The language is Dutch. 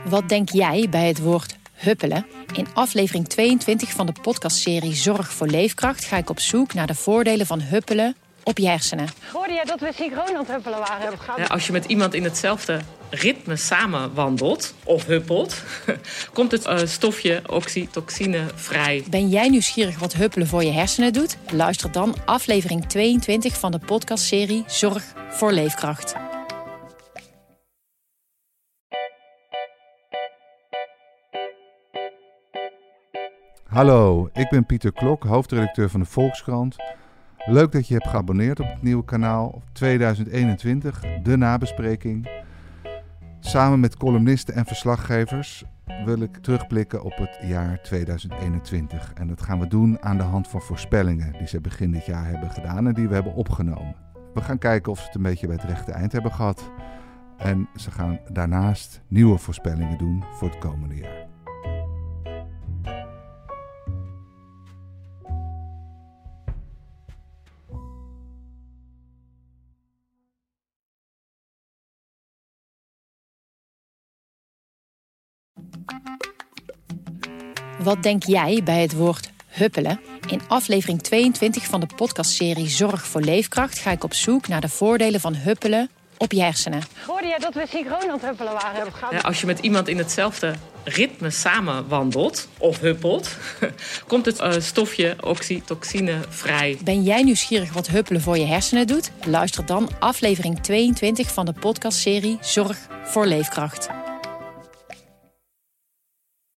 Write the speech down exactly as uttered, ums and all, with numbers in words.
Wat denk jij bij het woord huppelen? In aflevering tweeëntwintig van de podcastserie Zorg voor Leefkracht ga ik op zoek naar de voordelen van huppelen op je hersenen. Hoorde jij dat we synchroon aan het huppelen waren? Ja, als je met iemand in hetzelfde ritme samen wandelt of huppelt, komt het uh, stofje oxytocine vrij. Ben jij nieuwsgierig wat huppelen voor je hersenen doet? Luister dan aflevering tweeëntwintig van de podcastserie Zorg voor Leefkracht. Hallo, ik ben Pieter Klok, hoofdredacteur van de Volkskrant. Leuk dat je hebt geabonneerd op het nieuwe kanaal tweeduizend eenentwintig, de nabespreking. Samen met columnisten en verslaggevers wil ik terugblikken op het jaar tweeduizend eenentwintig. En dat gaan we doen aan de hand van voorspellingen die ze begin dit jaar hebben gedaan en die we hebben opgenomen. We gaan kijken of ze het een beetje bij het rechte eind hebben gehad. En ze gaan daarnaast nieuwe voorspellingen doen voor het komende jaar. Wat denk jij bij het woord huppelen? In aflevering tweeëntwintig van de podcastserie Zorg voor Leefkracht ga ik op zoek naar de voordelen van huppelen op je hersenen. Hoorde jij dat we synchroon aan het huppelen waren? Ja, als je met iemand in hetzelfde ritme samen wandelt of huppelt, komt het uh, stofje oxytocine vrij. Ben jij nieuwsgierig wat huppelen voor je hersenen doet? Luister dan aflevering tweeëntwintig van de podcastserie Zorg voor Leefkracht.